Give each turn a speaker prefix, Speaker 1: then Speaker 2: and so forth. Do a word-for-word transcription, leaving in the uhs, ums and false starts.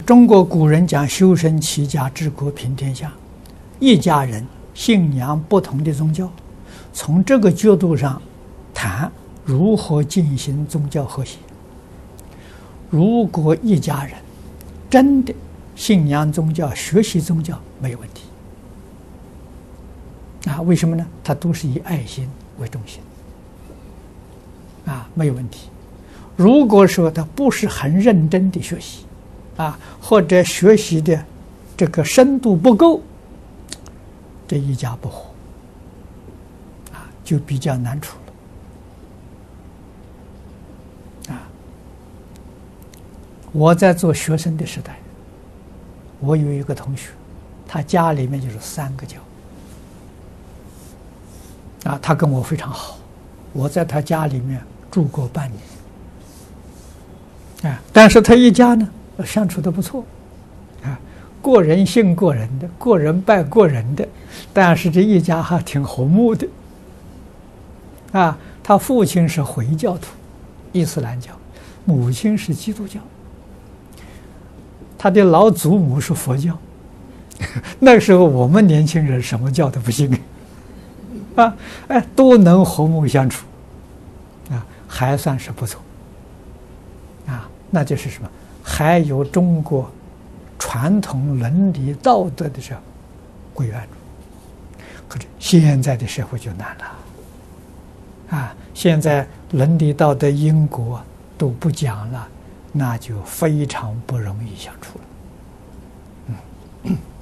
Speaker 1: 中国古人讲修身齐家治国平天下，一家人信仰不同的宗教，从这个角度上谈如何进行宗教和谐。如果一家人真的信仰宗教、学习宗教，没有问题。啊，为什么呢？他都是以爱心为中心，啊，没有问题。如果说他不是很认真的学习，啊，或者学习的这个深度不够，这一家不和，啊，就比较难处了。啊，我在做学生的时代，我有一个同学，他家里面就是三个教。啊，他跟我非常好，我在他家里面住过半年，啊，但是他一家呢相处的不错，啊，过人信过人的，过人拜过人的，但是这一家还挺和睦的，啊，他父亲是回教徒，伊斯兰教，母亲是基督教，他的老祖母是佛教，那个时候我们年轻人什么教都不信。啊，哎，都能和睦相处，啊，还算是不错，啊，那就是什么？还有中国传统伦理道德的这规范。可是现在的社会就难了，啊，现在伦理道德因果都不讲了，那就非常不容易相处了，嗯。